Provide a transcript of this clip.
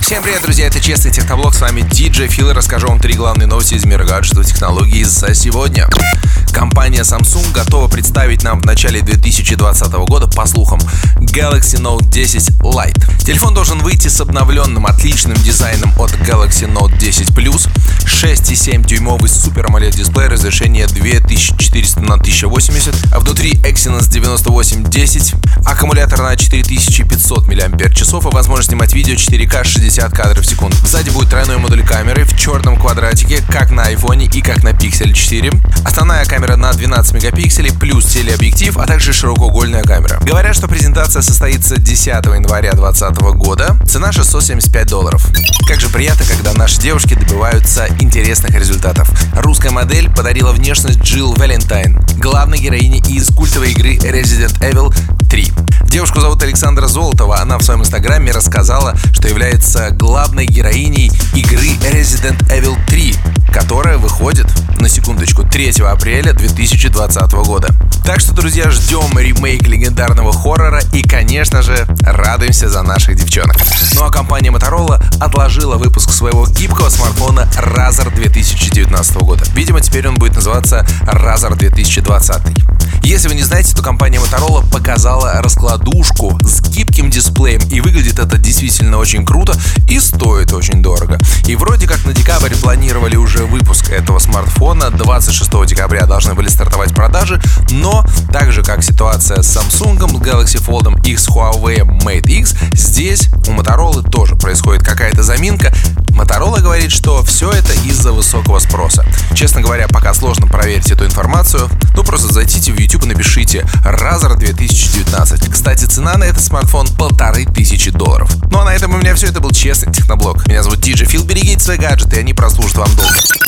Всем привет, друзья, это Честный Техноблог, с вами DJ Phil, и расскажу вам 3 главные новости из мира гаджетов и технологий за сегодня. Компания Samsung готова представить нам в начале 2020 года, по слухам, Galaxy Note 10 Lite. Телефон должен выйти с обновленным, отличным дизайном от Galaxy Note 10 Plus, 6,7-дюймовый Super AMOLED дисплей, разрешение 2400 на 1080, а внутри Exynos 9810, аккумулятор на 4500 мАч и возможность снимать видео 4К 60 кадров в секунду. Сзади будет тройной модуль камеры в черном квадратике, как на iPhone и как на Pixel 4. Основная камера на 12 мегапикселей плюс телеобъектив, а также широкоугольная камера. Говорят, что презентация состоится 10 января 2020 года. Цена $675. Как же приятно, когда наши девушки добиваются интересных результатов. Русская модель подарила внешность Джилл Валентайн, главной героини из культовой игры Resident Evil 3. Девушку зовут Александра Золотова. Она в своем инстаграме рассказала, что является главной героиней игры Resident Evil 3, которая выходит, на секундочку, 3 апреля 2020 года. Так что, друзья, ждем ремейк легендарного хоррора и, конечно же, радуемся за наших девчонок. Ну а компания Motorola отложила выпуск своего гибкого смартфона Razr 2019 года. Видимо, теперь он будет называться Razr 2020. Если вы не знаете, то компания Motorola показала раскладушку с гибким дисплеем, и выглядит это действительно очень круто и стоит очень дорого. И вроде как на декабрь планировали уже выпуск этого смартфона, 26 декабря должны были стартовать продажи, но так же как ситуация с Samsung, Galaxy Fold X, Huawei Mate X, здесь у Motorola тоже происходит какая-то заминка. Motorola говорит, что все это из-за высокого спроса. Честно говоря, пока сложно проверить эту информацию, ну просто зайдите в YouTube и напишите Razr 2019. Кстати, цена на этот смартфон $1500. Ну а на этом у меня все. Это был Честный Техноблог. Меня зовут DJ Phil. Берегите свои гаджеты, и они прослужат вам долго.